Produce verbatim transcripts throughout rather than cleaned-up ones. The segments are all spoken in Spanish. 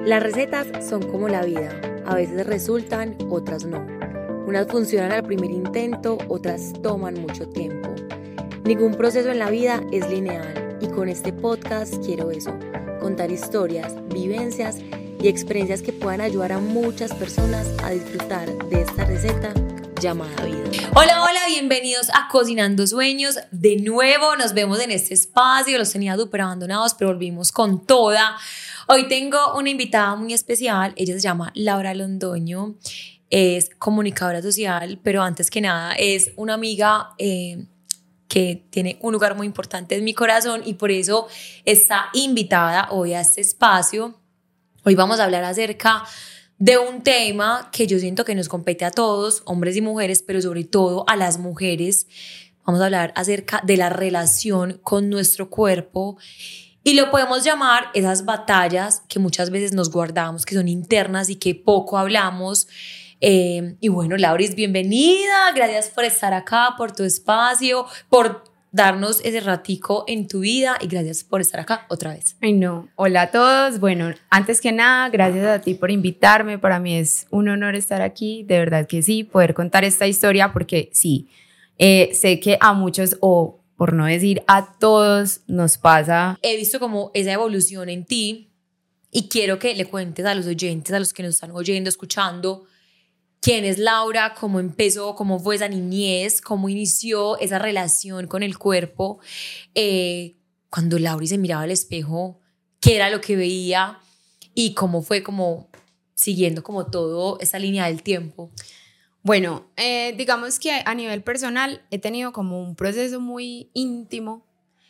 Las recetas son como la vida, a veces resultan, otras no. Unas funcionan al primer intento, otras toman mucho tiempo. Ningún proceso en la vida es lineal y con este podcast quiero eso, contar historias, vivencias y experiencias que puedan ayudar a muchas personas a disfrutar de esta receta llamada vida. Hola, hola, bienvenidos a Cocinando Sueños. De nuevo nos vemos en este espacio, los tenía súper abandonados, pero volvimos con toda. Hoy tengo una invitada muy especial, ella se llama Laura Londoño, es comunicadora social, pero antes que nada es una amiga eh, que tiene un lugar muy importante en mi corazón y por eso está invitada hoy a este espacio. Hoy vamos a hablar acerca de un tema que yo siento que nos compete a todos, hombres y mujeres, pero sobre todo a las mujeres. Vamos a hablar acerca de la relación con nuestro cuerpo y lo podemos llamar esas batallas que muchas veces nos guardamos, que son internas y que poco hablamos. Eh, y bueno, Lauris, bienvenida, gracias por estar acá, por tu espacio, por darnos ese ratico en tu vida y gracias por estar acá otra vez. Ay no, hola a todos, bueno, antes que nada, gracias a ti por invitarme, para mí es un honor estar aquí, de verdad que sí, poder contar esta historia porque sí, eh, sé que a muchos o por no decir a todos nos pasa. He visto como esa evolución en ti y quiero que le cuentes a los oyentes, a los que nos están oyendo, escuchando, quién es Laura, cómo empezó, cómo fue esa niñez, cómo inició esa relación con el cuerpo. Eh, cuando Laura se miraba al espejo, qué era lo que veía y cómo fue como siguiendo como todo esa línea del tiempo. Bueno, eh, digamos que a nivel personal he tenido como un proceso muy íntimo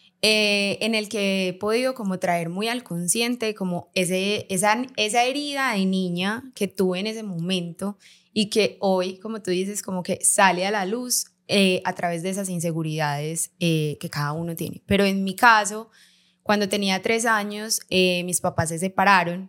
eh, en el que he podido como traer muy al consciente como ese, esa, esa herida de niña que tuve en ese momento y que hoy, como tú dices, como que sale a la luz eh, a través de esas inseguridades eh, que cada uno tiene. Pero en mi caso, cuando tenía tres años, eh, mis papás se separaron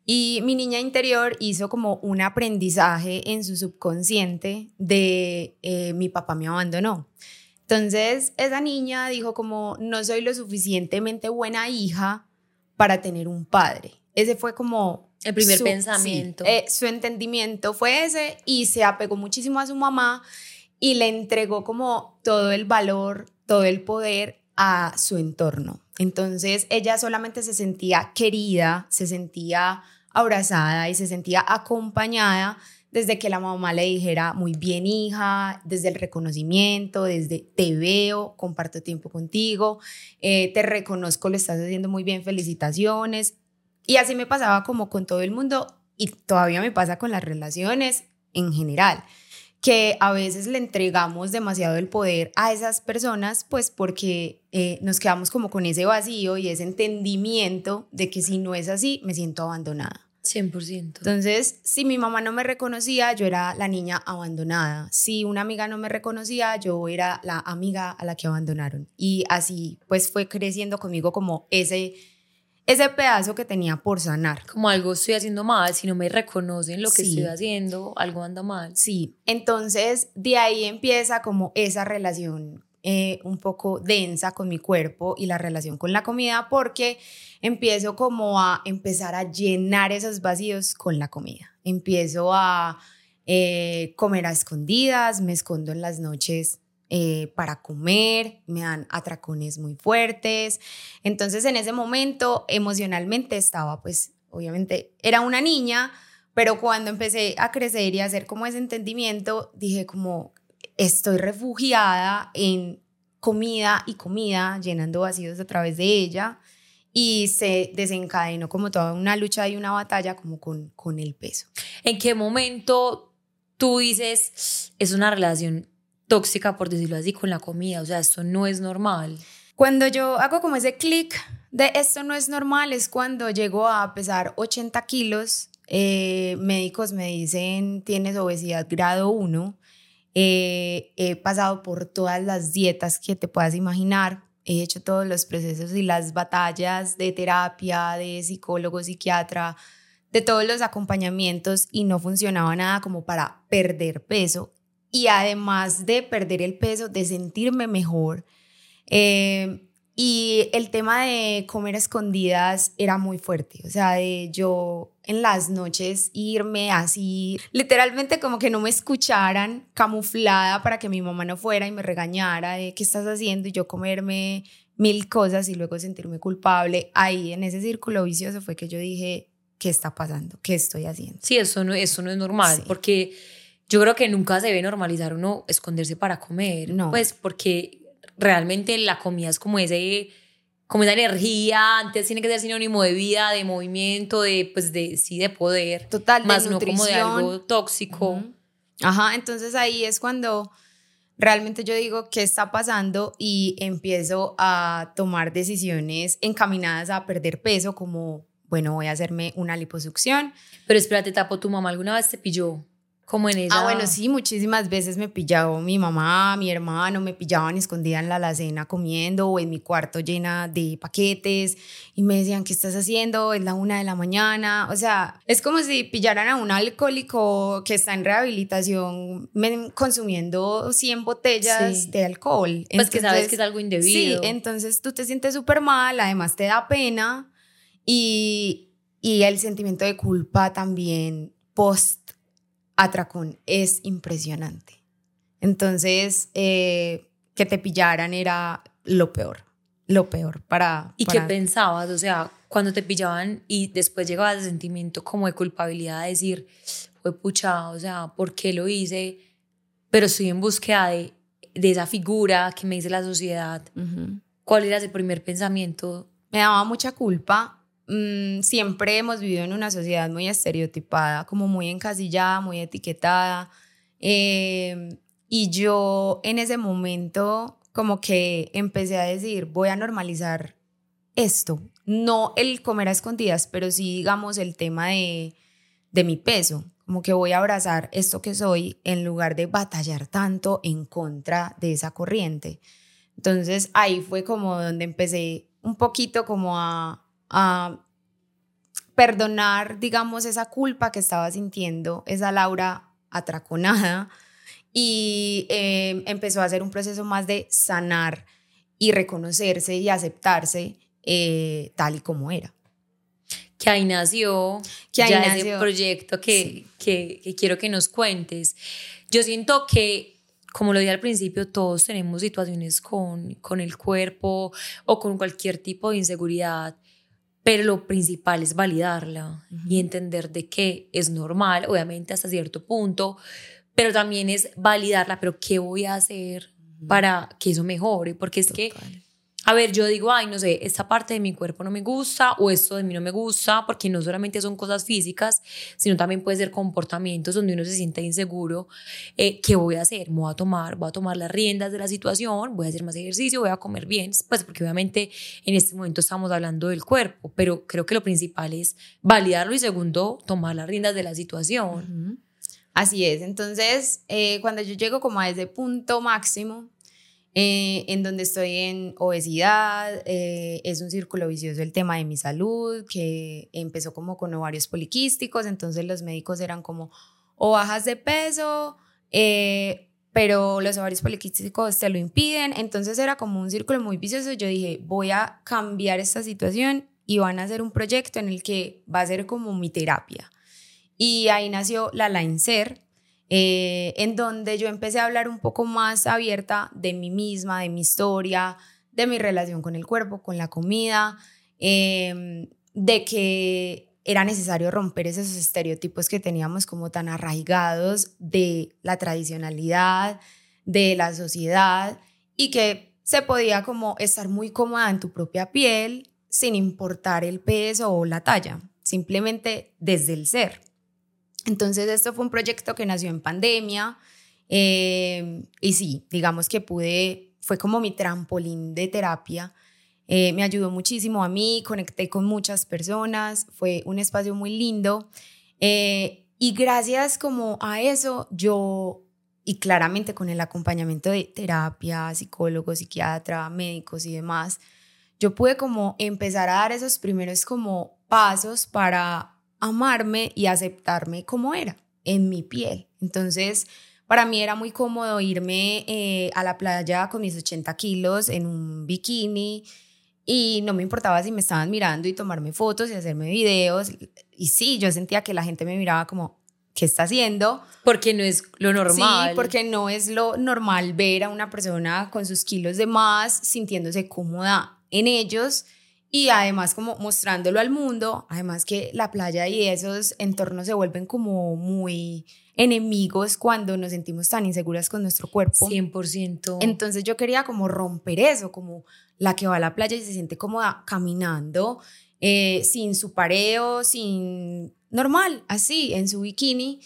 y mi niña interior hizo como un aprendizaje en su subconsciente de eh, mi papá me abandonó. Entonces esa niña dijo como no soy lo suficientemente buena hija para tener un padre. Ese fue como el primer su, pensamiento. Sí, eh, su entendimiento fue ese y se apegó muchísimo a su mamá y le entregó como todo el valor, todo el poder a su entorno. Entonces ella solamente se sentía querida, se sentía abrazada y se sentía acompañada desde que la mamá le dijera muy bien hija, desde el reconocimiento, desde te veo, comparto tiempo contigo, eh, te reconozco, lo estás haciendo muy bien, felicitaciones. Y así me pasaba como con todo el mundo y todavía me pasa con las relaciones en general, que a veces le entregamos demasiado el poder a esas personas pues porque eh, nos quedamos como con ese vacío y ese entendimiento de que si no es así me siento abandonada. cien por ciento. Entonces, si mi mamá no me reconocía, yo era la niña abandonada. Si una amiga no me reconocía, yo era la amiga a la que abandonaron. Y así pues fue creciendo conmigo como ese... ese pedazo que tenía por sanar. Como algo estoy haciendo mal, si no me reconocen lo que Sí. estoy haciendo, algo anda mal. Sí, entonces de ahí empieza como esa relación eh, un poco densa con mi cuerpo y la relación con la comida porque empiezo como a empezar a llenar esos vacíos con la comida. Empiezo a eh, comer a escondidas, me escondo en las noches Eh, para comer, me dan atracones muy fuertes. Entonces en ese momento emocionalmente estaba pues obviamente era una niña, pero cuando empecé a crecer y a hacer como ese entendimiento dije como estoy refugiada en comida y comida, llenando vacíos a través de ella y se desencadenó como toda una lucha y una batalla como con, con el peso. ¿En qué momento tú dices es una relación tóxica, por decirlo así, con la comida? O sea, esto no es normal. Cuando yo hago como ese clic de esto no es normal es cuando llego a pesar ochenta kilos, eh, médicos me dicen tienes obesidad grado uno, eh, he pasado por todas las dietas que te puedas imaginar, he hecho todos los procesos y las batallas de terapia, de psicólogo, psiquiatra, de todos los acompañamientos y no funcionaba nada como para perder peso. Y además de perder el peso, de sentirme mejor, eh, y el tema de comer a escondidas era muy fuerte, o sea, de yo en las noches irme así, literalmente como que no me escucharan, camuflada para que mi mamá no fuera y me regañara de qué estás haciendo, y yo comerme mil cosas y luego sentirme culpable. Ahí en ese círculo vicioso fue que yo dije, ¿qué está pasando? ¿Qué estoy haciendo? Sí, eso no, eso no es normal, Sí. porque yo creo que nunca se debe normalizar uno esconderse para comer, No. pues porque realmente la comida es como ese, como esa energía, antes tiene que ser sinónimo de vida, de movimiento, de, pues de, sí, de poder. Total, de más nutrición. no como de algo tóxico. Uh-huh. Ajá, entonces ahí es cuando realmente yo digo qué está pasando y empiezo a tomar decisiones encaminadas a perder peso, como, bueno, voy a hacerme una liposucción. Pero espérate, Tapo, ¿tu mamá alguna vez te pilló? Como en esa... Ah, bueno, sí, muchísimas veces me pillaba mi mamá, mi hermano, me pillaban escondida en la alacena comiendo o en mi cuarto llena de paquetes y me decían, ¿qué estás haciendo? Es la una de la mañana. O sea, es como si pillaran a un alcohólico que está en rehabilitación consumiendo cien botellas sí. de alcohol. Pues entonces, que sabes que es algo indebido. Sí, entonces tú te sientes súper mal, además te da pena y, y el sentimiento de culpa también post atracón es impresionante. Entonces, eh, que te pillaran era lo peor, lo peor para... ¿Y para... qué pensabas? O sea, cuando te pillaban y después llegaba ese sentimiento como de culpabilidad, de decir, fue pucha, o sea, ¿por qué lo hice? Pero estoy en búsqueda de, de esa figura que me dice la sociedad. Uh-huh. ¿Cuál era ese primer pensamiento? Me daba mucha culpa. Siempre hemos vivido en una sociedad muy estereotipada, como muy encasillada, muy etiquetada. Eh, y yo en ese momento como que empecé a decir, voy a normalizar esto. No el comer a escondidas, pero sí, digamos, el tema de, de mi peso. Como que voy a abrazar esto que soy en lugar de batallar tanto en contra de esa corriente. Entonces ahí fue como donde empecé un poquito como a... a perdonar, digamos, esa culpa que estaba sintiendo esa Laura atraconada y eh, empezó a hacer un proceso más de sanar y reconocerse y aceptarse eh, tal y como era. Que ahí nació que ahí ya nació. ese proyecto que, sí. que, que quiero que nos cuentes. Yo siento que, como lo dije al principio, todos tenemos situaciones con, con el cuerpo o con cualquier tipo de inseguridad, pero lo principal es validarla uh-huh. y entender de que es normal, obviamente hasta cierto punto, pero también es validarla, pero ¿qué voy a hacer uh-huh. para que eso mejore? Porque es Total. que, a ver, yo digo, ay, no sé, esta parte de mi cuerpo no me gusta o esto de mí no me gusta, porque no solamente son cosas físicas, sino también puede ser comportamientos donde uno se siente inseguro. Eh, ¿Qué voy a hacer? Me voy a tomar, voy a tomar las riendas de la situación, voy a hacer más ejercicio, voy a comer bien, pues porque obviamente en este momento estamos hablando del cuerpo, pero creo que lo principal es validarlo y segundo, tomar las riendas de la situación. Uh-huh. Así es, entonces eh, cuando yo llego como a ese punto máximo, Eh, en donde estoy en obesidad, eh, es un círculo vicioso el tema de mi salud, que empezó como con ovarios poliquísticos, entonces los médicos eran como, o bajas de peso, eh, pero los ovarios poliquísticos te lo impiden, entonces era como un círculo muy vicioso. Yo dije, voy a cambiar esta situación y van a hacer un proyecto en el que va a ser como mi terapia. Y ahí nació La Line Ser, Eh, en donde yo empecé a hablar un poco más abierta de mí misma, de mi historia, de mi relación con el cuerpo, con la comida, eh, de que era necesario romper esos estereotipos que teníamos como tan arraigados de la tradicionalidad, de la sociedad, y que se podía como estar muy cómoda en tu propia piel sin importar el peso o la talla, simplemente desde el ser. Entonces esto fue un proyecto que nació en pandemia eh, y sí, digamos que pude, fue como mi trampolín de terapia, eh, me ayudó muchísimo a mí, conecté con muchas personas, fue un espacio muy lindo eh, y gracias como a eso yo, y claramente con el acompañamiento de terapia, psicólogo, psiquiatra, médicos y demás, yo pude como empezar a dar esos primeros como pasos para amarme y aceptarme como era, en mi piel. Entonces, para mí era muy cómodo irme eh, a la playa con mis ochenta kilos en un bikini, y no me importaba si me estaban mirando y tomarme fotos y hacerme videos. Y sí, yo sentía que la gente me miraba como, ¿qué está haciendo? Porque no es lo normal. Sí, porque no es lo normal ver a una persona con sus kilos de más, sintiéndose cómoda en ellos y además como mostrándolo al mundo. Además que la playa y esos entornos se vuelven como muy enemigos cuando nos sentimos tan inseguras con nuestro cuerpo. cien por ciento. Entonces yo quería como romper eso, como la que va a la playa y se siente cómoda caminando, eh, sin su pareo, sin... normal, así, en su bikini.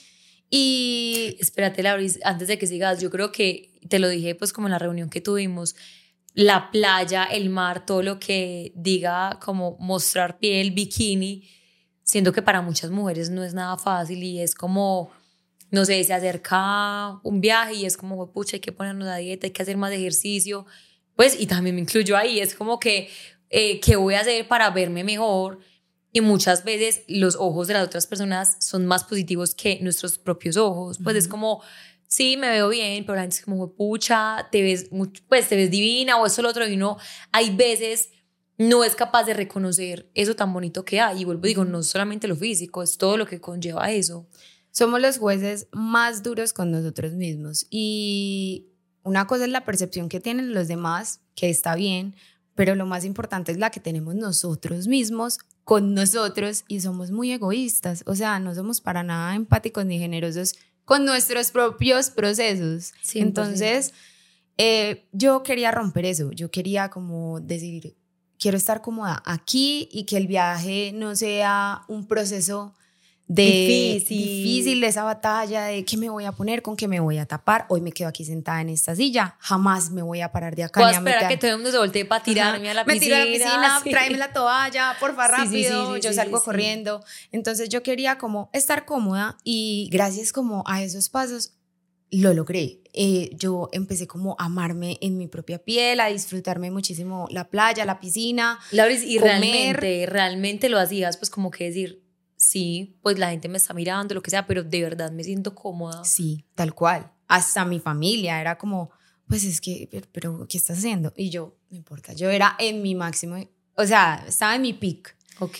Y... Espérate, Lauris, antes de que sigas, yo creo que te lo dije pues como en la reunión que tuvimos, la playa, el mar, todo lo que diga como mostrar piel, bikini, siento que para muchas mujeres no es nada fácil y es como, no sé, se acerca un viaje y es como, pucha, hay que ponernos a dieta, hay que hacer más ejercicio, pues, y también me incluyo ahí, es como que, eh, ¿qué voy a hacer para verme mejor? Y muchas veces los ojos de las otras personas son más positivos que nuestros propios ojos. Pues uh-huh. Es como, sí, me veo bien, pero la gente es como, pucha, te ves, mucho, pues, te ves divina o eso lo otro. Y uno, hay veces, no es capaz de reconocer eso tan bonito que hay. Y vuelvo, digo, no solamente lo físico, es todo lo que conlleva eso. Somos los jueces más duros con nosotros mismos. Y una cosa es la percepción que tienen los demás, que está bien, pero lo más importante es la que tenemos nosotros mismos con nosotros y somos muy egoístas, o sea, no somos para nada empáticos ni generosos con nuestros propios procesos. cien por ciento. Entonces, eh, yo quería romper eso, yo quería como decir, quiero estar cómoda aquí y que el viaje no sea un proceso de difícil. difícil, de esa batalla de qué me voy a poner, con qué me voy a tapar. Hoy me quedo aquí sentada en esta silla, jamás me voy a parar de acá. Voy a esperar a que todo el mundo se voltee para tirarme a la piscina. Me tiro a la piscina, sí. Tráeme la toalla, porfa, rápido, sí, sí, sí, sí, yo sí, salgo sí, corriendo. Sí. Entonces yo quería como estar cómoda y gracias como a esos pasos lo logré. Eh, yo empecé como a amarme en mi propia piel, a disfrutarme muchísimo la playa, la piscina, Lauris, y comer. realmente, realmente lo hacías, pues como que decir, sí, pues la gente me está mirando, lo que sea, pero de verdad me siento cómoda. Sí, tal cual. Hasta mi familia era como, pues es que, pero, pero ¿qué estás haciendo? Y yo, no importa, yo era en mi máximo, o sea, estaba en mi peak. Ok.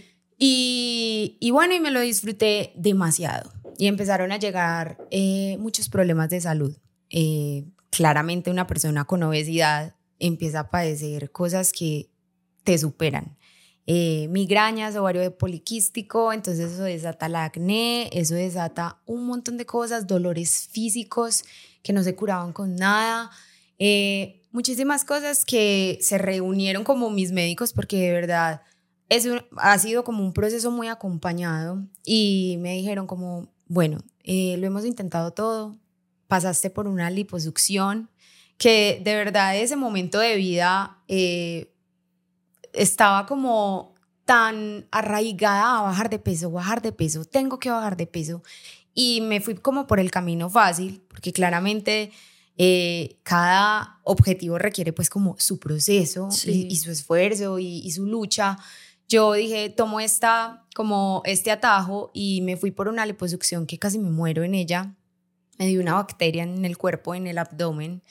Y, y bueno, y me lo disfruté demasiado. Y empezaron a llegar eh, muchos problemas de salud. Eh, claramente una persona con obesidad empieza a padecer cosas que te superan. Eh, migrañas, ovario poliquístico, entonces eso desata el acné, eso desata un montón de cosas, dolores físicos que no se curaban con nada, eh, muchísimas cosas que se reunieron como mis médicos porque de verdad es un, ha sido como un proceso muy acompañado y me dijeron como, bueno, eh, lo hemos intentado todo, pasaste por una liposucción que de verdad ese momento de vida... Eh, estaba como tan arraigada a bajar de peso, bajar de peso, tengo que bajar de peso y me fui como por el camino fácil porque claramente eh, cada objetivo requiere pues como su proceso sí. y, y su esfuerzo y, y su lucha. Yo dije, tomo esta, como este atajo y me fui por una liposucción que casi me muero en ella, me dio una bacteria en el cuerpo, en el abdomen.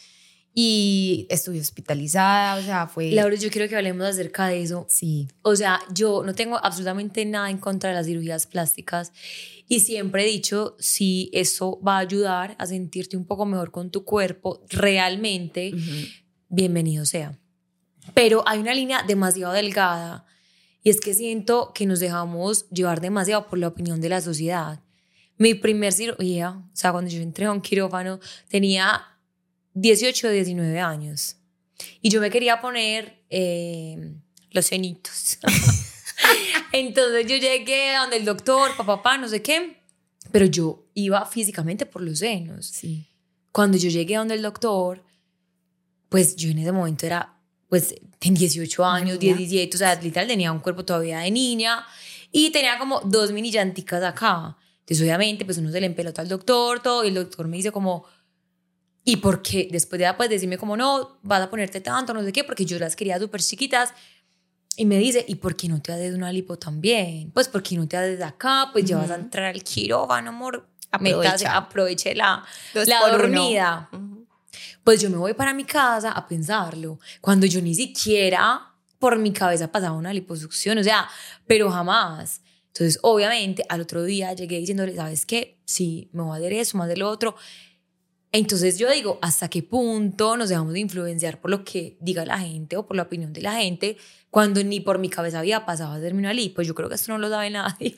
Y estuve hospitalizada, o sea, fue... Laura, yo quiero que hablemos acerca de eso. Sí. O sea, yo no tengo absolutamente nada en contra de las cirugías plásticas y siempre he dicho, si eso va a ayudar a sentirte un poco mejor con tu cuerpo, realmente, uh-huh. bienvenido sea. Pero hay una línea demasiado delgada y es que siento que nos dejamos llevar demasiado por la opinión de la sociedad. Mi primer cirugía, o sea, cuando yo entré a un quirófano, tenía... dieciocho, diecinueve años y yo me quería poner eh, los senitos. Entonces yo llegué a donde el doctor, papá, papá, no sé qué, pero yo iba físicamente por los senos. Sí. Cuando yo llegué a donde el doctor, pues yo en ese momento era, pues, en dieciocho años, diecisiete, o sea, literal tenía un cuerpo todavía de niña y tenía como dos mini llanticas acá. Entonces obviamente pues uno se le empelota al doctor, todo, y el doctor me dice como... ¿Y por qué? Después de pues, decirme como, no, vas a ponerte tanto, no sé qué, porque yo las quería súper chiquitas. Y me dice, ¿y por qué no te haces una lipo también? Pues, ¿por qué no te haces de acá? Pues, uh-huh. ya vas a entrar al quirófano, amor. Aprovecha. Aproveche la, la dormida. Uh-huh. Pues, yo me voy para mi casa a pensarlo. Cuando yo ni siquiera por mi cabeza pasaba una liposucción, o sea, pero jamás. Entonces, obviamente, al otro día llegué diciéndole, ¿sabes qué? Sí, me voy a hacer eso, me voy a hacer lo otro. Entonces yo digo, ¿hasta qué punto nos dejamos de influenciar por lo que diga la gente o por la opinión de la gente cuando ni por mi cabeza había pasado a hacerme una lipo? Yo creo que esto no lo sabe nadie,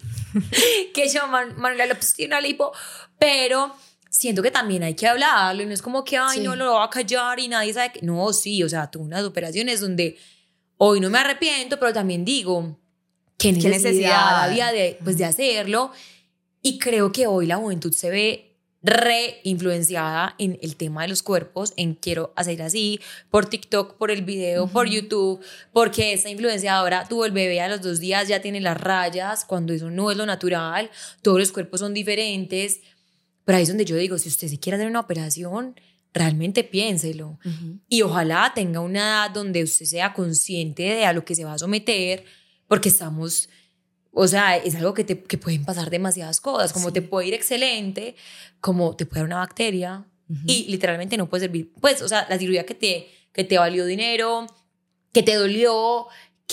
que yo, Man Manuela López tiene una lipo, pero siento que también hay que hablarlo y no es como que, ay, sí. no, lo va a callar y nadie sabe que... No, sí, o sea, tuve unas operaciones donde hoy no me arrepiento, pero también digo, ¿qué necesidad, ¿Qué necesidad? había de, pues, de hacerlo? Y creo que hoy la juventud se ve re influenciada en el tema de los cuerpos, en quiero hacer así, por TikTok, por el video, uh-huh. por YouTube, porque esta influenciadora tuvo el bebé a los dos días, ya tiene las rayas, cuando eso no es lo natural, todos los cuerpos son diferentes, pero ahí es donde yo digo, si usted se quiere hacer una operación, realmente piénselo, uh-huh. y ojalá tenga una edad donde usted sea consciente de a lo que se va a someter, porque estamos... O sea, es algo que, te, que pueden pasar demasiadas cosas, como sí. te puede ir excelente, como te puede dar una bacteria uh-huh. y literalmente no puede servir. Pues, o sea, la cirugía que te, que te valió dinero, que te dolió,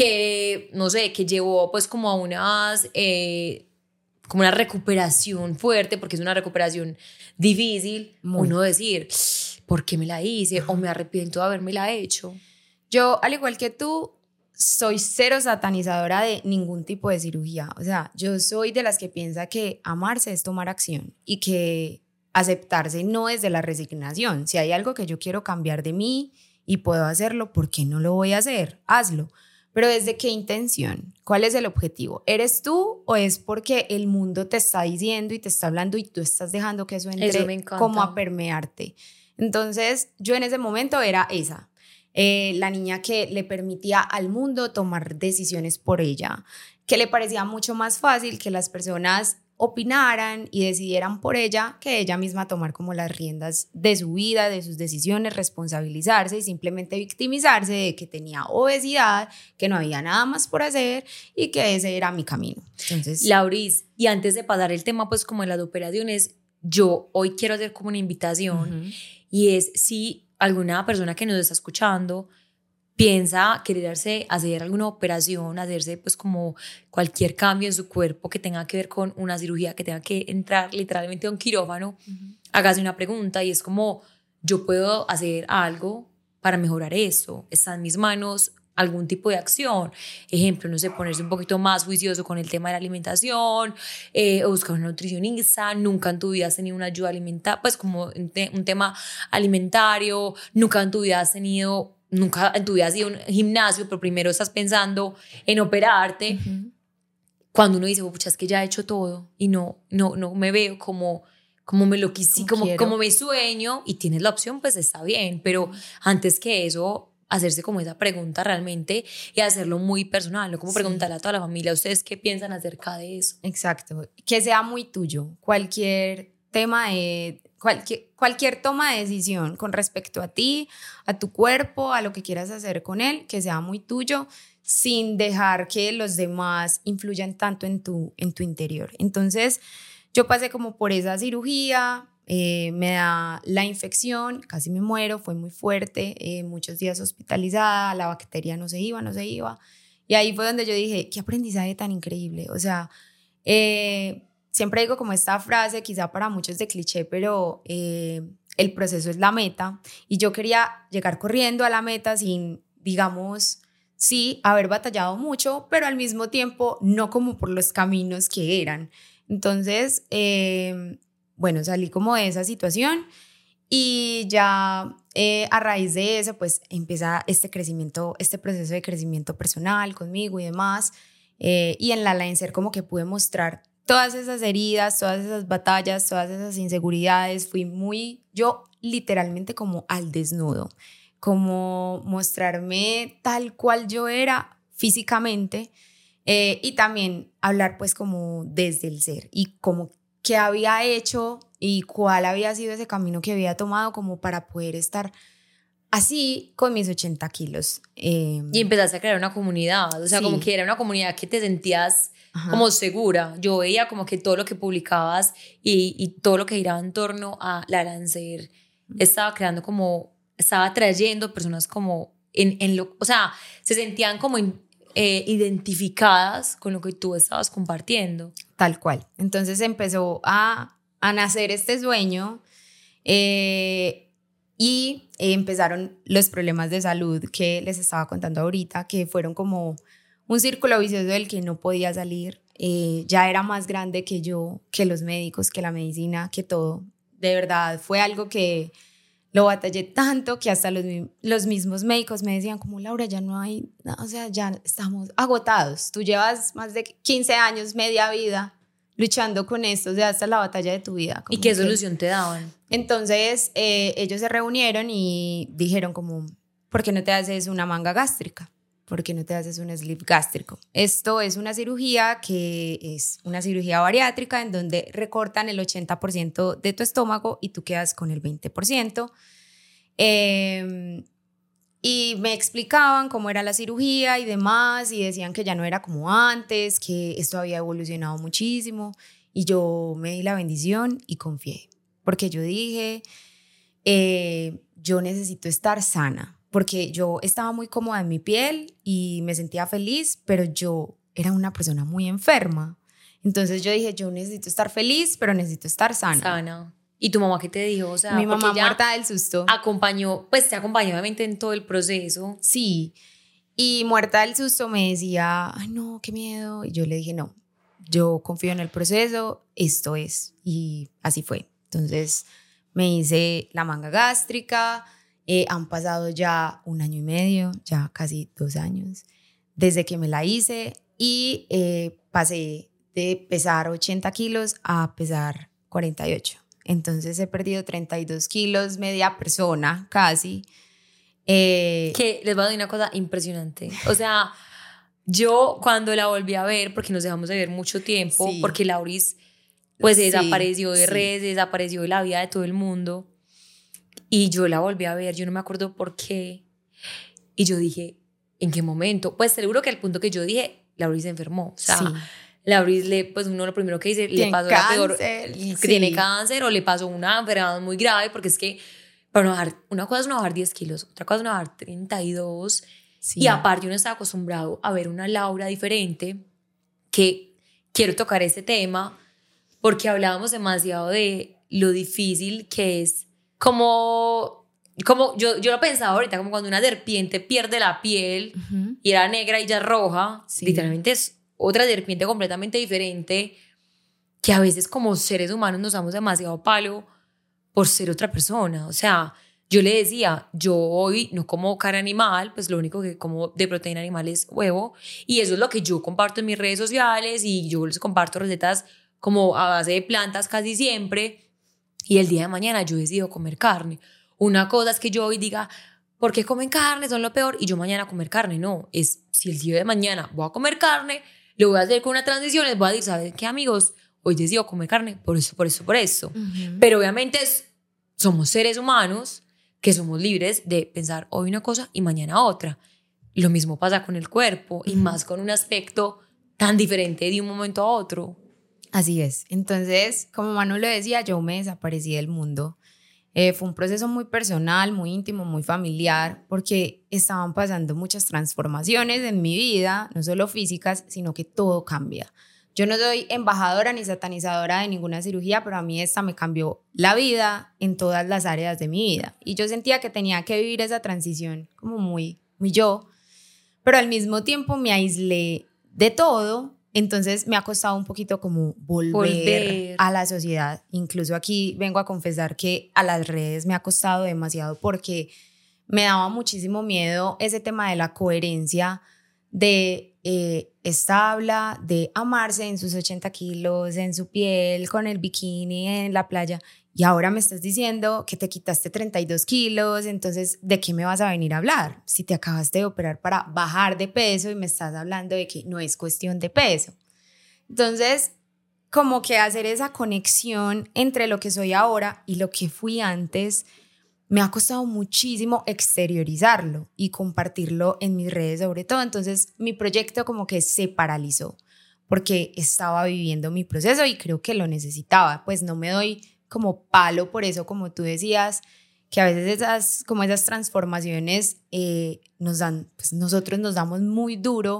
que, no sé, que llevó pues como a unas, eh, como una recuperación fuerte, porque es una recuperación difícil, Muy. uno decir, ¿por qué me la hice? Uh-huh. O me arrepiento de haberme la hecho. Yo, al igual que tú, soy cero satanizadora de ningún tipo de cirugía. O sea, yo soy de las que piensa que amarse es tomar acción y que aceptarse no es de la resignación. Si hay algo que yo quiero cambiar de mí y puedo hacerlo, ¿por qué no lo voy a hacer? Hazlo. Pero ¿desde qué intención? ¿Cuál es el objetivo? ¿Eres tú o es porque el mundo te está diciendo y te está hablando y tú estás dejando que eso entre eso me encanta. Como a permearte? Entonces, yo en ese momento era esa. Eh, la niña que le permitía al mundo tomar decisiones por ella, que le parecía mucho más fácil que las personas opinaran y decidieran por ella que ella misma tomar como las riendas de su vida, de sus decisiones, responsabilizarse y simplemente victimizarse de que tenía obesidad, que no había nada más por hacer y que ese era mi camino. Entonces, Lauris, y antes de pasar el tema pues como de las operaciones, yo hoy quiero hacer como una invitación uh-huh. y es si alguna persona que nos está escuchando piensa quererse hacer alguna operación, hacerse pues como cualquier cambio en su cuerpo que tenga que ver con una cirugía, que tenga que entrar literalmente a un quirófano, uh-huh. hágase una pregunta y es como, ¿yo puedo hacer algo para mejorar eso? ¿Está en mis manos algún tipo de acción? Ejemplo, no sé, ponerse un poquito más juicioso con el tema de la alimentación, eh, o buscar una nutricionista, nunca en tu vida has tenido una ayuda alimentaria, pues como un, te- un tema alimentario, nunca en tu vida has tenido, nunca en tu vida has ido a un gimnasio, pero primero estás pensando en operarte. Uh-huh. Cuando uno dice, oh, pucha, es que ya he hecho todo y no, no, no me veo como... como me lo quise, como, como, como me sueño y tienes la opción, pues está bien, pero uh-huh. antes que eso, hacerse como esa pregunta realmente y hacerlo muy personal, no como sí. preguntarle a toda la familia, ¿ustedes qué piensan acerca de eso? Exacto, que sea muy tuyo, cualquier tema de, cualquier, cualquier toma de decisión con respecto a ti, a tu cuerpo, a lo que quieras hacer con él, que sea muy tuyo, sin dejar que los demás influyan tanto en tu, en tu interior. Entonces, yo pasé como por esa cirugía, eh, me da la infección, casi me muero, fue muy fuerte, eh, muchos días hospitalizada, la bacteria no se iba, no se iba. Y ahí fue donde yo dije, qué aprendizaje tan increíble. O sea, eh, siempre digo como esta frase, quizá para muchos de cliché, pero eh, el proceso es la meta. Y yo quería llegar corriendo a la meta sin, digamos, sí, haber batallado mucho, pero al mismo tiempo no como por los caminos que eran. Entonces, eh, bueno, salí como de esa situación y ya eh, a raíz de eso, pues empieza este crecimiento, este proceso de crecimiento personal conmigo y demás. Eh, y en la Lancer como que pude mostrar todas esas heridas, todas esas batallas, todas esas inseguridades. Fui muy, yo literalmente como al desnudo, como mostrarme tal cual yo era físicamente. Eh, y también hablar pues como desde el ser y como qué había hecho y cuál había sido ese camino que había tomado como para poder estar así con mis ochenta kilos. Eh, y empezaste a crear una comunidad, o sea, sí. como que era una comunidad que te sentías Ajá. como segura. Yo veía como que todo lo que publicabas y, y todo lo que giraba en torno a la Lancer estaba creando como, estaba trayendo personas como en, en lo, o sea, se sentían como in, eh, identificadas con lo que tú estabas compartiendo. Tal cual. Entonces empezó a, a nacer este sueño eh, y eh, empezaron los problemas de salud que les estaba contando ahorita, que fueron como un círculo vicioso del que no podía salir. Eh, ya era más grande que yo, que los médicos, que la medicina, que todo. De verdad, fue algo que lo batallé tanto que hasta los, los mismos médicos me decían como, Laura, ya no hay, no, o sea, ya estamos agotados. Tú llevas más de quince años, media vida, luchando con esto, o sea, esta es la batalla de tu vida. ¿Y qué solución te daban? Entonces, eh, ellos se reunieron y dijeron como, ¿por qué no te haces una manga gástrica? ¿Por qué no te haces un sleeve gástrico? Esto es una cirugía que es una cirugía bariátrica en donde recortan el ochenta por ciento de tu estómago y tú quedas con el veinte por ciento. Eh, y me explicaban cómo era la cirugía y demás y decían que ya no era como antes, que esto había evolucionado muchísimo y yo me di la bendición y confié porque yo dije, eh, yo necesito estar sana. Porque yo estaba muy cómoda en mi piel y me sentía feliz, pero yo era una persona muy enferma. Entonces yo dije, yo necesito estar feliz, pero necesito estar sana. Sana. ¿Y tu mamá qué te dijo? O sea, mi mamá muerta del susto. Acompañó, pues te acompañó obviamente en todo el proceso. Sí. Y muerta del susto me decía, ay no, qué miedo. Y yo le dije, no, yo confío en el proceso, esto es. Y así fue. Entonces me hice la manga gástrica. Eh, han pasado ya un año y medio, ya casi dos años, desde que me la hice y eh, pasé de pesar ochenta kilos a pesar cuarenta y ocho. Entonces he perdido treinta y dos kilos, media persona casi. Eh, que les voy a decir una cosa impresionante. O sea, yo cuando la volví a ver, porque nos dejamos de ver mucho tiempo, sí. porque Lauris pues sí, desapareció de sí. redes, desapareció de la vida de todo el mundo. Y yo la volví a ver, yo no me acuerdo por qué. Y yo dije, ¿en qué momento? Pues seguro que al punto que yo dije, Lauris se enfermó. O sea, sí. Lauris, le, pues uno lo primero que dice, le pasó la peor, que sí. tiene cáncer o le pasó una enfermedad muy grave, porque es que para bajar, una cosa es no bajar diez kilos, otra cosa es no bajar treinta y dos. Sí. Y aparte uno está acostumbrado a ver una Laura diferente, que quiero tocar ese tema, porque hablábamos demasiado de lo difícil que es como, como yo, yo lo pensaba ahorita, como cuando una serpiente pierde la piel uh-huh. y era negra y ya roja, sí. literalmente es otra serpiente completamente diferente, que a veces como seres humanos nos damos demasiado palo por ser otra persona. O sea, yo le decía, yo hoy no como carne animal, pues lo único que como de proteína animal es huevo, y eso es lo que yo comparto en mis redes sociales, y yo les comparto recetas como a base de plantas casi siempre. Y el día de mañana yo decido comer carne. Una cosa es que yo hoy diga, ¿por qué comen carne? Son lo peor. Y yo mañana comer carne. No, es si el día de mañana voy a comer carne, lo voy a hacer con una transición, les voy a decir, ¿saben qué, amigos? Hoy decido comer carne por eso, por eso, por eso. Uh-huh. Pero obviamente es, somos seres humanos que somos libres de pensar hoy una cosa y mañana otra. Lo mismo pasa con el cuerpo uh-huh. y más con un aspecto tan diferente de un momento a otro. Así es. Entonces, como Manu lo decía, yo me desaparecí del mundo. Eh, fue un proceso muy personal, muy íntimo, muy familiar, porque estaban pasando muchas transformaciones en mi vida, no solo físicas, sino que todo cambia. Yo no soy embajadora ni satanizadora de ninguna cirugía, pero a mí esta me cambió la vida en todas las áreas de mi vida. Y yo sentía que tenía que vivir esa transición como muy, muy yo, pero al mismo tiempo me aislé de todo. Entonces me ha costado un poquito como volver, volver a la sociedad. Incluso aquí vengo a confesar que a las redes me ha costado demasiado porque me daba muchísimo miedo ese tema de la coherencia de eh, esta habla de amarse en sus ochenta kilos, en su piel, con el bikini en la playa. Y ahora me estás diciendo que te quitaste treinta y dos kilos, entonces ¿de qué me vas a venir a hablar? Si te acabaste de operar para bajar de peso y me estás hablando de que no es cuestión de peso. Entonces, como que hacer esa conexión entre lo que soy ahora y lo que fui antes, me ha costado muchísimo exteriorizarlo y compartirlo en mis redes sobre todo. Entonces, mi proyecto como que se paralizó porque estaba viviendo mi proceso y creo que lo necesitaba. Pues no me doy como palo por eso, como tú decías, que a veces esas, como esas transformaciones eh, nos dan, pues nosotros nos damos muy duro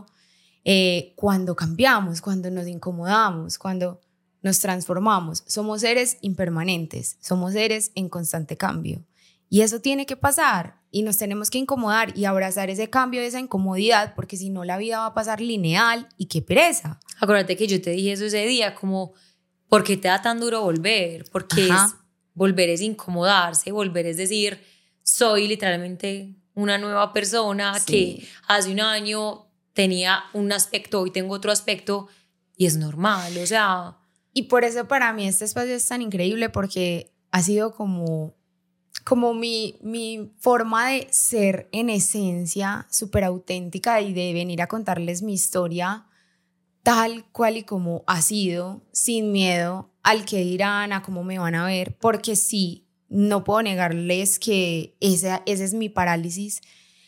eh, cuando cambiamos, cuando nos incomodamos, cuando nos transformamos. Somos seres impermanentes, somos seres en constante cambio y eso tiene que pasar y nos tenemos que incomodar y abrazar ese cambio, esa incomodidad, porque si no la vida va a pasar lineal y qué pereza. Acuérdate que yo te dije eso ese día, como, ¿por qué te da tan duro volver? Porque es, volver es incomodarse, volver es decir, soy literalmente una nueva persona, sí, que hace un año tenía un aspecto, hoy tengo otro aspecto y es normal, o sea... Y por eso para mí este espacio es tan increíble porque ha sido como, como mi, mi forma de ser en esencia súper auténtica y de venir a contarles mi historia tal cual y como ha sido, sin miedo al que dirán, a cómo me van a ver, porque sí, no puedo negarles que ese, ese es mi parálisis,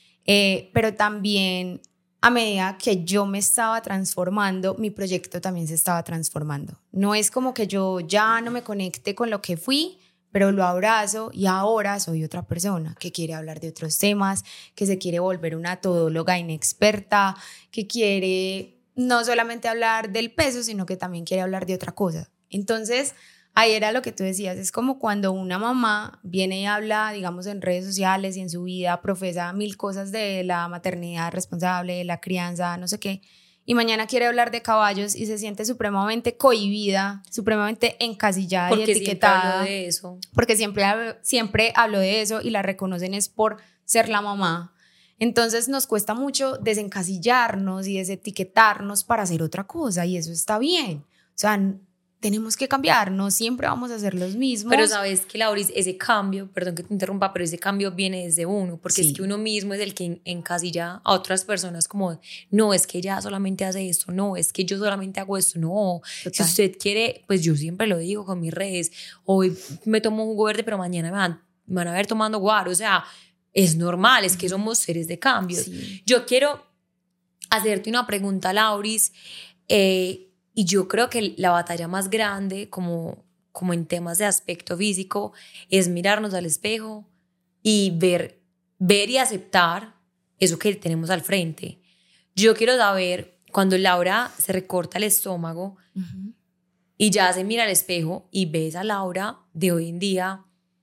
eh, pero también a medida que yo me estaba transformando, mi proyecto también se estaba transformando. No es como que yo ya no me conecte con lo que fui, pero lo abrazo y ahora soy otra persona que quiere hablar de otros temas, que se quiere volver una todóloga inexperta, que quiere no solamente hablar del peso, sino que también quiere hablar de otra cosa. Entonces, ahí era lo que tú decías, es como cuando una mamá viene y habla, digamos, en redes sociales y en su vida profesa mil cosas de la maternidad responsable, de la crianza, no sé qué, y mañana quiere hablar de caballos y se siente supremamente cohibida, supremamente encasillada porque y etiquetada. Siempre hablo de eso. Porque siempre, siempre hablo de eso y la reconocen es por ser la mamá. Entonces nos cuesta mucho desencasillarnos y desetiquetarnos para hacer otra cosa y eso está bien. O sea, tenemos que cambiar, no siempre vamos a ser los mismos. Pero sabes que, Lauris, ese cambio, perdón que te interrumpa, pero ese cambio viene desde uno, porque sí, es que uno mismo es el que encasilla a otras personas como, no, es que ella solamente hace esto, no, es que yo solamente hago esto, no. Total. Si usted quiere, pues yo siempre lo digo con mis redes, hoy me tomo un jugo verde, pero mañana me van, me van a ver tomando guaro, o sea, es normal, es que somos seres de cambio. Sí. Yo quiero hacerte una pregunta, Lauris, eh, y yo creo que la batalla más grande, como, como en temas de aspecto físico, es mirarnos al espejo y ver, ver y aceptar eso que tenemos al frente. Yo quiero saber, cuando Laura se recorta el estómago uh-huh. y ya se mira al espejo y ves a Laura de hoy en día,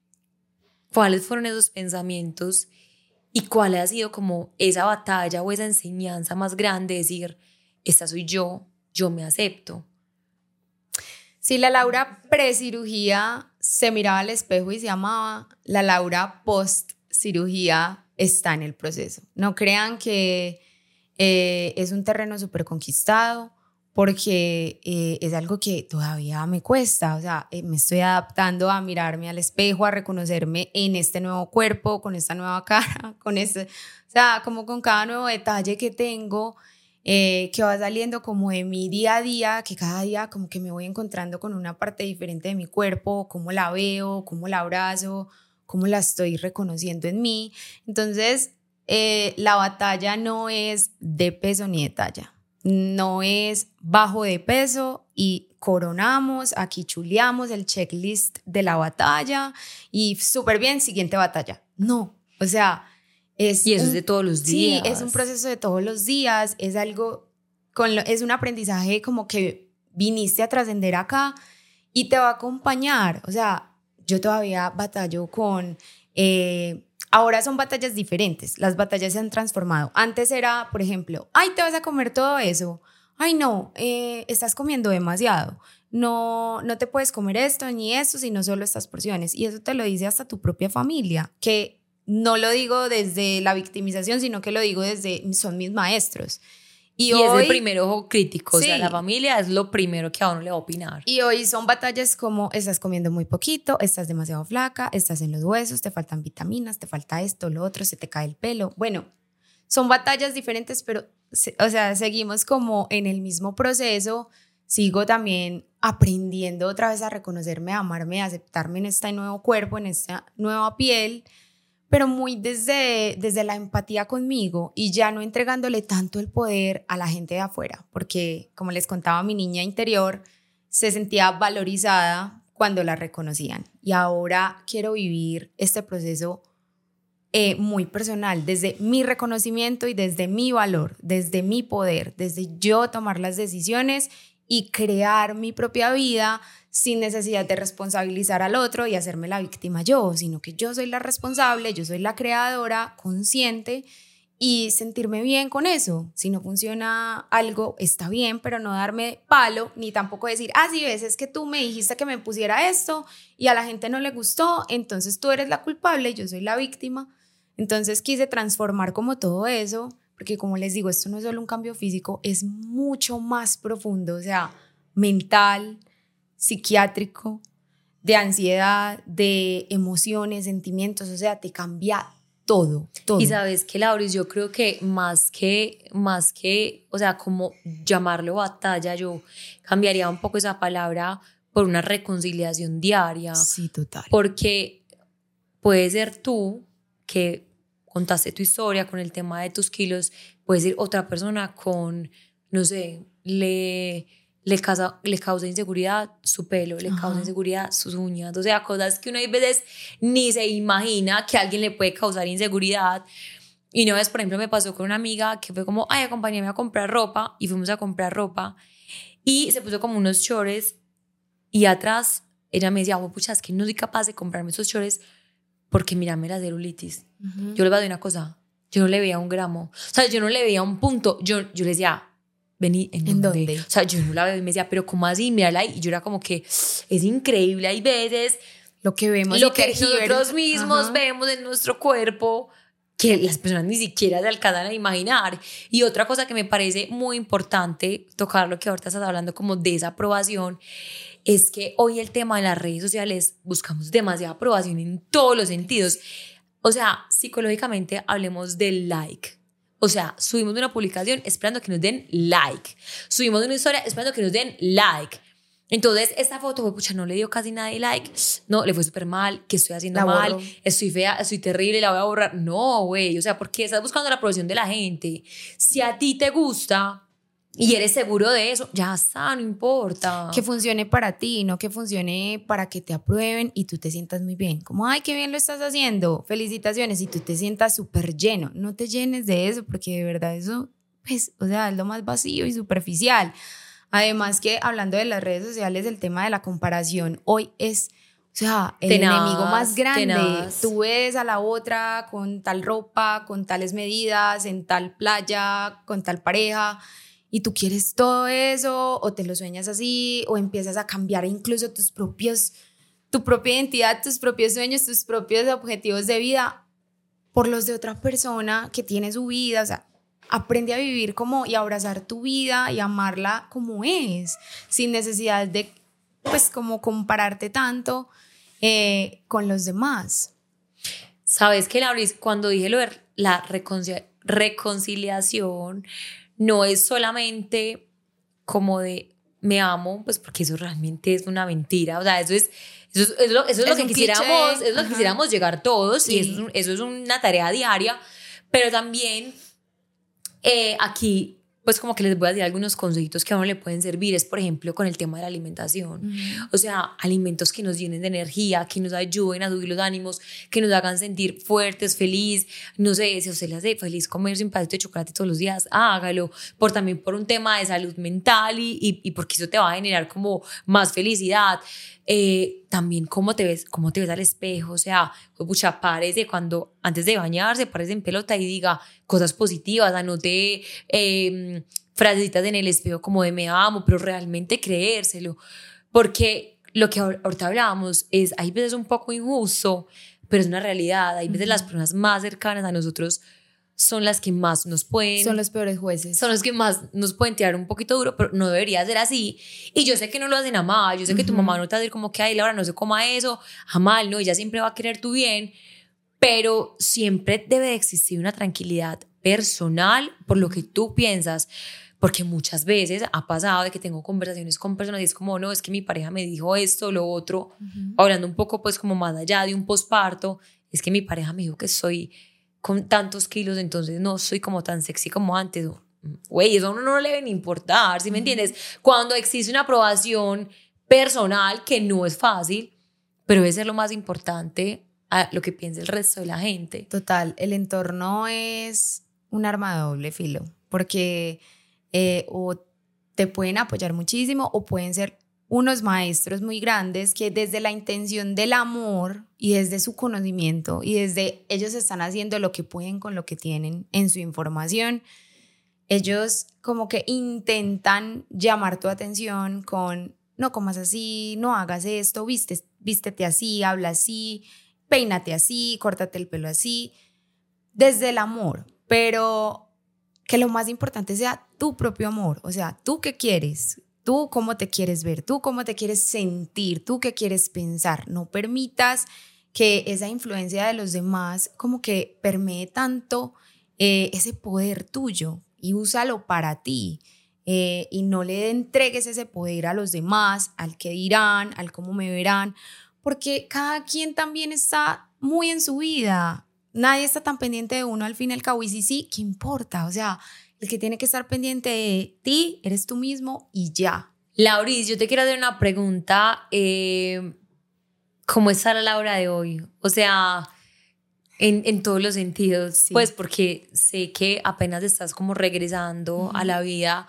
¿cuáles fueron esos pensamientos y cuál ha sido como esa batalla o esa enseñanza más grande de decir, esta soy yo, yo me acepto? Si la Laura pre-cirugía se miraba al espejo y se amaba, la Laura post-cirugía está en el proceso. No crean que eh, es un terreno súper conquistado, porque eh, es algo que todavía me cuesta, o sea, eh, me estoy adaptando a mirarme al espejo, a reconocerme en este nuevo cuerpo, con esta nueva cara, con este, o sea, como con cada nuevo detalle que tengo, eh, que va saliendo como de mi día a día, que cada día como que me voy encontrando con una parte diferente de mi cuerpo, cómo la veo, cómo la abrazo, cómo la estoy reconociendo en mí. Entonces, eh, la batalla no es de peso ni de talla. No es bajo de peso y coronamos, aquí chuleamos el checklist de la batalla y súper bien, siguiente batalla. No, o sea, es... Y eso un, es de todos los días. Sí, es un proceso de todos los días, es algo, con lo, es un aprendizaje como que viniste a trascender acá y te va a acompañar. O sea, yo todavía batallo con... Eh, Ahora son batallas diferentes, las batallas se han transformado. Antes era, por ejemplo, ay, te vas a comer todo eso. Ay, no, eh, estás comiendo demasiado. No, no te puedes comer esto ni esto, sino solo estas porciones. Y eso te lo dice hasta tu propia familia, que no lo digo desde la victimización, sino que lo digo desde, son mis maestros. Y, y hoy, es el primer ojo crítico, sí. O sea, la familia es lo primero que a uno le va a opinar. Y hoy son batallas como, estás comiendo muy poquito, estás demasiado flaca, estás en los huesos, te faltan vitaminas, te falta esto, lo otro, se te cae el pelo. Bueno, son batallas diferentes, pero, o sea, seguimos como en el mismo proceso. Sigo también aprendiendo otra vez a reconocerme, a amarme, a aceptarme en este nuevo cuerpo, en esta nueva piel, pero muy desde, desde la empatía conmigo y ya no entregándole tanto el poder a la gente de afuera, porque como les contaba, mi niña interior se sentía valorizada cuando la reconocían. Y ahora quiero vivir este proceso eh, muy personal, desde mi reconocimiento y desde mi valor, desde mi poder, desde yo tomar las decisiones y crear mi propia vida sin necesidad de responsabilizar al otro y hacerme la víctima yo, sino que yo soy la responsable, yo soy la creadora, consciente, y sentirme bien con eso. Si no funciona algo, está bien, pero no darme palo, ni tampoco decir, ah, sí, ves, es que tú me dijiste que me pusiera esto y a la gente no le gustó, entonces tú eres la culpable, yo soy la víctima. Entonces quise transformar como todo eso, porque como les digo, esto no es solo un cambio físico, es mucho más profundo, o sea, mental, psiquiátrico, de ansiedad, de emociones, sentimientos, o sea, te cambia todo, todo. Y sabes que, Lauris, yo creo que más que, más que, o sea, como llamarlo batalla, yo cambiaría un poco esa palabra por una reconciliación diaria. Sí, total. Porque puede ser tú que contaste tu historia con el tema de tus kilos, puede ser otra persona con, no sé, le... Le causa, le causa inseguridad su pelo, le Ajá. causa inseguridad sus uñas, o sea, cosas que uno a veces ni se imagina que a alguien le puede causar inseguridad. Y una vez, por ejemplo, me pasó con una amiga que fue como, ay, acompáñame a comprar ropa, y fuimos a comprar ropa, y se puso como unos shorts, y atrás ella me decía, oh, pucha, es que no soy capaz de comprarme esos shorts porque mírame la celulitis. Uh-huh. Yo les voy a decir una cosa, yo no le veía un gramo, o sea, yo no le veía un punto, yo, yo le decía, vení, ¿en, ¿En dónde? dónde? O sea, yo no la veo y me decía, pero ¿cómo así? Mírala ahí. Y yo era como que es increíble, hay veces lo que vemos, lo que nosotros mismos Ajá. vemos en nuestro cuerpo que las personas ni siquiera se alcanzan a imaginar. Y otra cosa que me parece muy importante tocar, lo que ahorita estás hablando como de esa aprobación, es que hoy el tema de las redes sociales buscamos demasiada aprobación en todos los sentidos. O sea, psicológicamente hablemos del like. O sea, subimos una publicación esperando que nos den like. Subimos una historia esperando que nos den like. Entonces, esta foto, pucha, no le dio casi nadie like. No, le fue súper mal. ¿Qué estoy haciendo la mal? borro. Estoy fea, estoy terrible, la voy a borrar. No, güey. O sea, ¿por qué estás buscando la aprobación de la gente? Si a ti te gusta y eres seguro de eso, ya está, no importa. Que funcione para ti, no que funcione para que te aprueben y tú te sientas muy bien. Como, ay, qué bien lo estás haciendo, felicitaciones, y tú te sientas súper lleno. No te llenes de eso, porque de verdad eso, pues, o sea, es lo más vacío y superficial. Además que, hablando de las redes sociales, el tema de la comparación hoy es, o sea, el tenaz, enemigo más grande. Tenaz. Tú ves a la otra con tal ropa, con tales medidas, en tal playa, con tal pareja, y tú quieres todo eso, o te lo sueñas así, o empiezas a cambiar incluso tus propios, tu propia identidad, tus propios sueños, tus propios objetivos de vida por los de otra persona que tiene su vida. O sea, aprende a vivir como y a abrazar tu vida y amarla como es, sin necesidad de, pues, como compararte tanto eh, con los demás. ¿Sabes qué, Lauris? Cuando dije lo de la reconcilia- reconciliación, no es solamente como de me amo, pues porque eso realmente es una mentira. O sea, eso es, eso es, eso es lo, eso es es lo que un quisiéramos, cliché. es lo que quisiéramos llegar todos, sí. Y eso es, un, eso es una tarea diaria. Pero también eh, aquí, pues como que les voy a decir algunos consejitos que a uno le pueden servir. Es, por ejemplo, con el tema de la alimentación. Uh-huh. O sea, alimentos que nos llenen de energía, que nos ayuden a subir los ánimos, que nos hagan sentir fuertes, feliz. No sé, si a usted le hace feliz comerse un pedacito de chocolate todos los días, hágalo. Por, también por un tema de salud mental y, y, y porque eso te va a generar como más felicidad. Eh, también cómo te ves, cómo te ves al espejo. O sea, pucha, párese cuando, antes de bañarse, párese en pelota y diga cosas positivas, anote eh, frasecitas en el espejo como de me amo, pero realmente creérselo, porque lo que ahorita hablábamos es, hay veces un poco injusto, pero es una realidad. Hay veces uh-huh. las personas más cercanas a nosotros son las que más nos pueden... Son los peores jueces. Son los que más nos pueden tirar un poquito duro, pero no debería ser así. Y yo sé que no lo hacen a mal, yo sé uh-huh. que tu mamá no te va a decir como que, ay, Laura, no se coma eso, a mal, no, ella siempre va a querer tu bien, pero siempre debe de existir una tranquilidad personal por lo que tú piensas, porque muchas veces ha pasado de que tengo conversaciones con personas y es como, no, es que mi pareja me dijo esto, lo otro, uh-huh. hablando un poco pues como más allá de un posparto, es que mi pareja me dijo que soy... con tantos kilos, entonces no soy como tan sexy como antes. Güey, eso a uno no le debe ni importar, ¿sí me entiendes? Cuando existe una aprobación personal que no es fácil, pero debe ser lo más importante a lo que piense el resto de la gente. Total, el entorno es un arma de doble filo, porque eh, o te pueden apoyar muchísimo o pueden ser unos maestros muy grandes que desde la intención del amor y desde su conocimiento y desde ellos están haciendo lo que pueden con lo que tienen en su información, ellos como que intentan llamar tu atención con no comas así, no hagas esto, viste, vístete así, habla así, peínate así, córtate el pelo así, desde el amor, pero que lo más importante sea tu propio amor, o sea, tú qué quieres, tú cómo te quieres ver, tú cómo te quieres sentir, tú qué quieres pensar. No permitas que esa influencia de los demás como que permee tanto eh, ese poder tuyo y úsalo para ti. Eh, y no le entregues ese poder a los demás, al que dirán, al cómo me verán, porque cada quien también está muy en su vida. Nadie está tan pendiente de uno al fin y al cabo. Y sí, sí, ¿qué importa? O sea, el que tiene que estar pendiente de ti eres tú mismo y ya. Lauris, yo te quiero hacer una pregunta. Eh, ¿Cómo está la Laura de hoy? O sea, en, en todos los sentidos. Sí. Pues porque sé que apenas estás como regresando uh-huh. a la vida.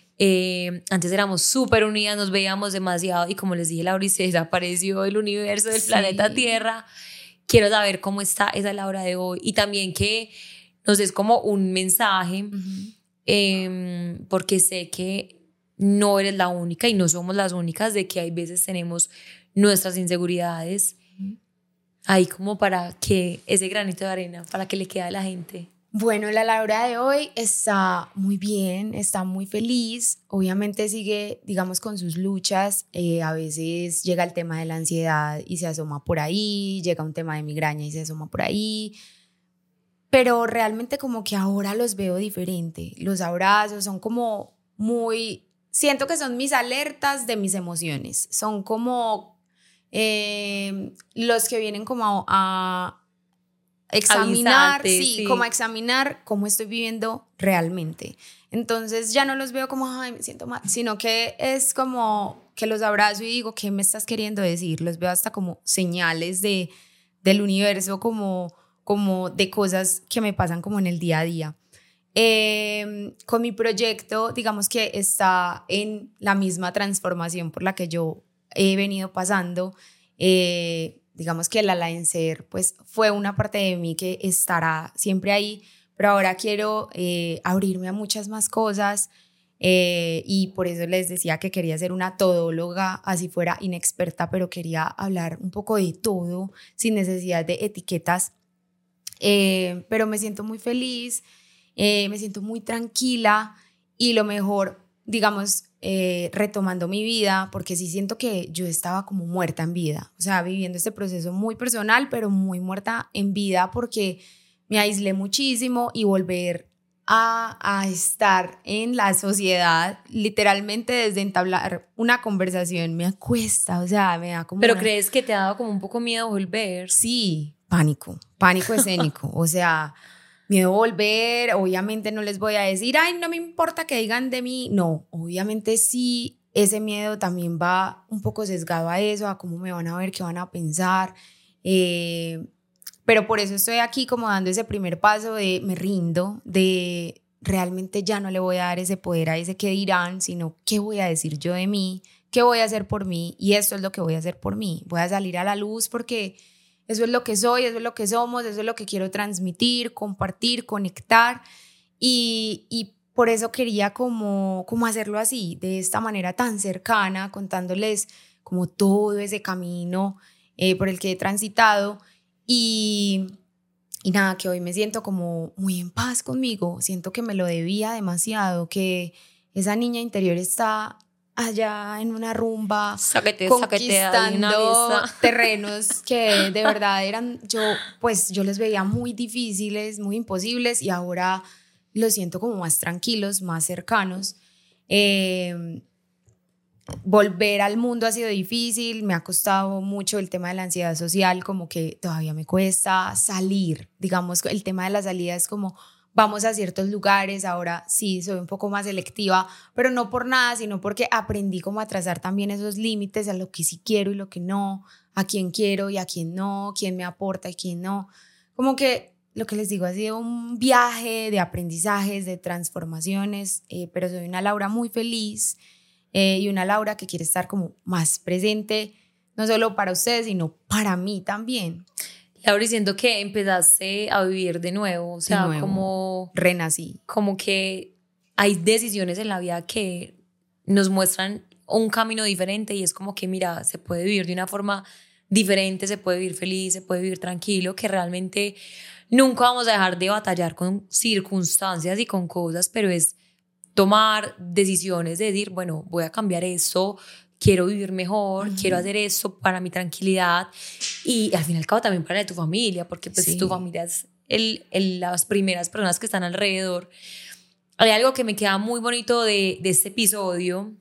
Eh, antes éramos súper unidas, nos veíamos demasiado y como les dije, Lauris se desapareció del universo, del sí. planeta Tierra. Quiero saber cómo está esa Laura de hoy y también que nos des como un mensaje uh-huh. eh, porque sé que no eres la única y no somos las únicas, de que hay veces tenemos nuestras inseguridades uh-huh. ahí como para que ese granito de arena, para que le quede a la gente. Bueno, la Laura de hoy está muy bien, está muy feliz, obviamente sigue, digamos, con sus luchas, eh, a veces llega el tema de la ansiedad y se asoma por ahí, llega un tema de migraña y se asoma por ahí, pero realmente como que ahora los veo diferente, los abrazos son como muy, siento que son mis alertas de mis emociones, son como eh, los que vienen como a... examinar, Avisarte, sí, sí, como a examinar cómo estoy viviendo realmente. Entonces ya no los veo como, ay, me siento mal, sino que es como que los abrazo y digo, ¿qué me estás queriendo decir? Los veo hasta como señales de, del universo, como, como de cosas que me pasan como en el día a día. Eh, con mi proyecto, digamos que está en la misma transformación por la que yo he venido pasando. Eh, digamos que el Alaencer pues fue una parte de mí que estará siempre ahí, pero ahora quiero eh, abrirme a muchas más cosas eh, y por eso les decía que quería ser una todóloga, así fuera inexperta, pero quería hablar un poco de todo sin necesidad de etiquetas, eh, pero me siento muy feliz, eh, me siento muy tranquila y lo mejor, digamos, Eh, retomando mi vida, porque sí siento que yo estaba como muerta en vida, o sea, viviendo este proceso muy personal, pero muy muerta en vida porque me aislé muchísimo y volver a, a estar en la sociedad, literalmente desde entablar una conversación me acuesta, o sea, me da como... ¿Pero una... crees que te ha dado como un poco miedo volver? Sí, pánico, pánico escénico, o sea... miedo a volver, obviamente no les voy a decir, ay, no me importa que digan de mí, no, obviamente sí, ese miedo también va un poco sesgado a eso, a cómo me van a ver, qué van a pensar, eh, pero por eso estoy aquí como dando ese primer paso de me rindo, de realmente ya no le voy a dar ese poder a ese que dirán, sino qué voy a decir yo de mí, qué voy a hacer por mí, y esto es lo que voy a hacer por mí, voy a salir a la luz porque... eso es lo que soy, eso es lo que somos, eso es lo que quiero transmitir, compartir, conectar y, y por eso quería como, como hacerlo así, de esta manera tan cercana, contándoles como todo ese camino eh, por el que he transitado y, y nada, que hoy me siento como muy en paz conmigo, siento que me lo debía demasiado, que esa niña interior está... allá en una rumba, saquete, conquistando terrenos que de verdad eran, yo pues yo los veía muy difíciles, muy imposibles y ahora los siento como más tranquilos, más cercanos. Eh, volver al mundo ha sido difícil, me ha costado mucho el tema de la ansiedad social, como que todavía me cuesta salir, digamos, el tema de la salida es como vamos a ciertos lugares, ahora sí soy un poco más selectiva, pero no por nada, sino porque aprendí como a trazar también esos límites a lo que sí quiero y lo que no, a quién quiero y a quién no, quién me aporta y quién no. Como que lo que les digo ha sido un viaje de aprendizajes, de transformaciones, eh, pero soy una Laura muy feliz eh, y una Laura que quiere estar como más presente, no solo para ustedes, sino para mí también. Laura, siento que empezaste a vivir de nuevo, o sea, De nuevo, como renací. Como que hay decisiones en la vida que nos muestran un camino diferente y es como que, mira, se puede vivir de una forma diferente, se puede vivir feliz, se puede vivir tranquilo, que realmente nunca vamos a dejar de batallar con circunstancias y con cosas, pero es tomar decisiones de decir, bueno, voy a cambiar esto, quiero vivir mejor, uh-huh. quiero hacer esto para mi tranquilidad y al fin y al cabo también para la de tu familia, porque pues sí. tu familia es el, el, las primeras personas que están alrededor. Hay algo que me queda muy bonito de, de este episodio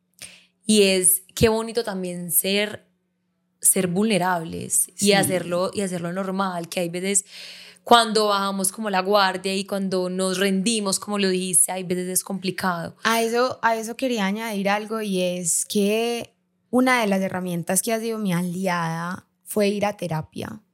y es qué bonito también ser, ser vulnerables sí. y, hacerlo, y hacerlo normal, que hay veces cuando bajamos como la guardia y cuando nos rendimos, como lo dijiste, hay veces es complicado. A eso, a eso quería añadir algo y es que una de las herramientas que ha sido mi aliada fue ir a terapia.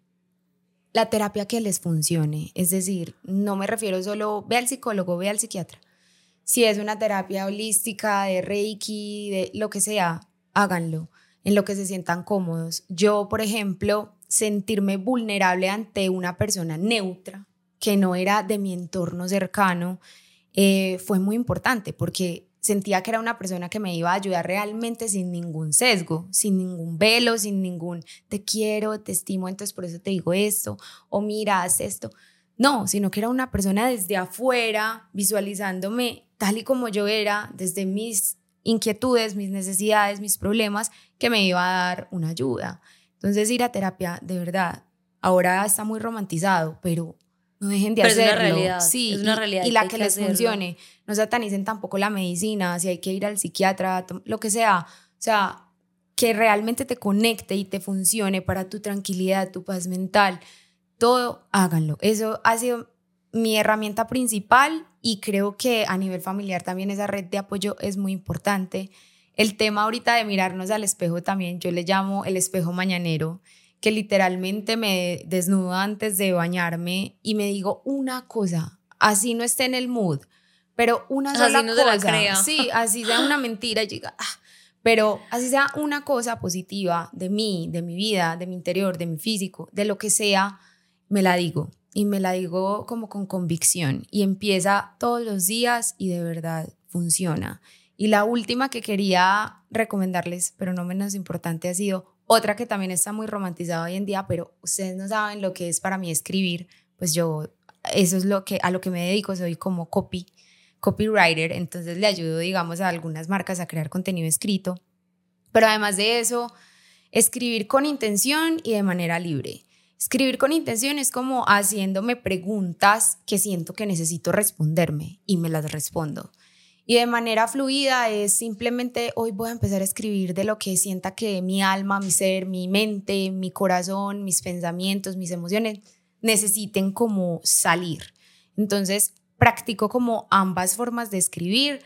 La terapia que les funcione, es decir, no me refiero solo, ve al psicólogo, ve al psiquiatra. Si es una terapia holística, de Reiki, de lo que sea, háganlo, en lo que se sientan cómodos. Yo, por ejemplo, sentirme vulnerable ante una persona neutra, que no era de mi entorno cercano, eh, fue muy importante porque sentía que era una persona que me iba a ayudar realmente sin ningún sesgo, sin ningún velo, sin ningún te quiero, te estimo, entonces por eso te digo esto, o mira, haz esto. No, sino que era una persona desde afuera, visualizándome tal y como yo era, desde mis inquietudes, mis necesidades, mis problemas, que me iba a dar una ayuda. Entonces ir a terapia, de verdad, ahora está muy romantizado, pero no dejen de pero hacerlo. Es una realidad, sí, es una realidad y, y la que, que les hacerlo. funcione. No satanicen tampoco la medicina, si hay que ir al psiquiatra, lo que sea. O sea, que realmente te conecte y te funcione para tu tranquilidad, tu paz mental. Todo, háganlo. Eso ha sido mi herramienta principal y creo que a nivel familiar también esa red de apoyo es muy importante. El tema ahorita de mirarnos al espejo también, yo le llamo el espejo mañanero, que literalmente me desnudo antes de bañarme y me digo una cosa, así no esté en el mood, pero una sola así no cosa, se la crea. sí, así sea una mentira y llega, ah, pero así sea una cosa positiva de mí, de mi vida, de mi interior, de mi físico, de lo que sea, me la digo y me la digo como con convicción y empieza todos los días y de verdad funciona. Y la última que quería recomendarles, pero no menos importante, ha sido otra que también está muy romantizada hoy en día, pero ustedes no saben lo que es para mí escribir, pues yo, eso es lo que, a lo que me dedico, soy como copy, copywriter, entonces le ayudo, digamos, a algunas marcas a crear contenido escrito, pero además de eso, escribir con intención y de manera libre. Escribir con intención es como haciéndome preguntas que siento que necesito responderme y me las respondo. Y de manera fluida es simplemente hoy voy a empezar a escribir de lo que sienta que mi alma, mi ser, mi mente, mi corazón, mis pensamientos, mis emociones necesiten como salir. Entonces practico como ambas formas de escribir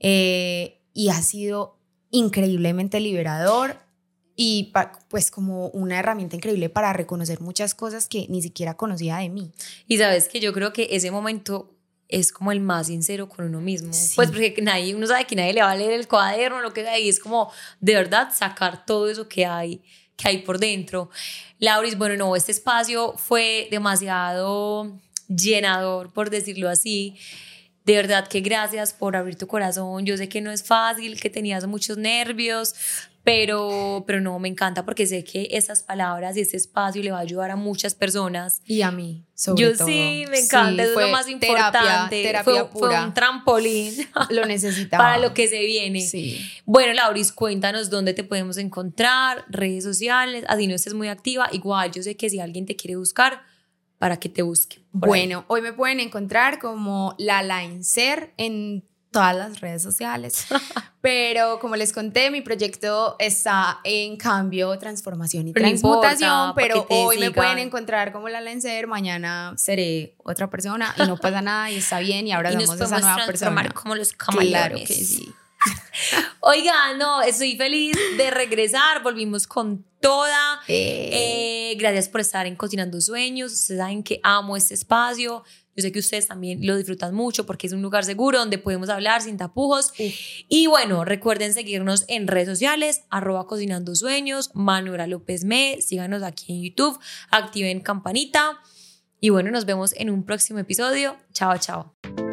eh, y ha sido increíblemente liberador y pa, pues como una herramienta increíble para reconocer muchas cosas que ni siquiera conocía de mí. Y sabes que yo creo que ese momento es como el más sincero con uno mismo, sí. Pues porque nadie, uno sabe que nadie le va a leer el cuaderno, lo que sea, y es como de verdad sacar todo eso que hay, que hay por dentro. Lauris, bueno, no, este espacio fue demasiado llenador, por decirlo así. De verdad que gracias por abrir tu corazón. Yo sé que no es fácil, que tenías muchos nervios, pero, pero no, me encanta porque sé que esas palabras y ese espacio le va a ayudar a muchas personas. Y a mí, sobre Yo todo. sí, me encanta, sí, es lo más importante. Terapia, terapia fue, pura. Fue un trampolín. Lo necesitaba. Para lo que se viene. Sí. Bueno, Lauris, cuéntanos dónde te podemos encontrar, redes sociales, así no estés muy activa. Igual, yo sé que si alguien te quiere buscar, para que te busque. Bueno, ahí. Hoy me pueden encontrar como La Lainser en todas las redes sociales. Pero como les conté, mi proyecto está en cambio, transformación y Pero no transmutación, importa, pero para que te hoy me sigan. pueden encontrar como la Lencer, mañana seré otra persona y no pasa nada y está bien y ahora Y nos somos esa podemos nueva transformar persona. como los camaleones. Claro que sí. Oigan, no, estoy feliz de regresar, volvimos con toda. Eh. Eh, gracias por estar en Cocinando Sueños. Ustedes saben que amo este espacio. Yo sé que ustedes también lo disfrutan mucho porque es un lugar seguro donde podemos hablar sin tapujos. Uf. Y bueno, recuerden seguirnos en redes sociales, arroba Cocinando Sueños, Manuela López Me, síganos aquí en YouTube, activen campanita. Y bueno, nos vemos en un próximo episodio. Chao, chao.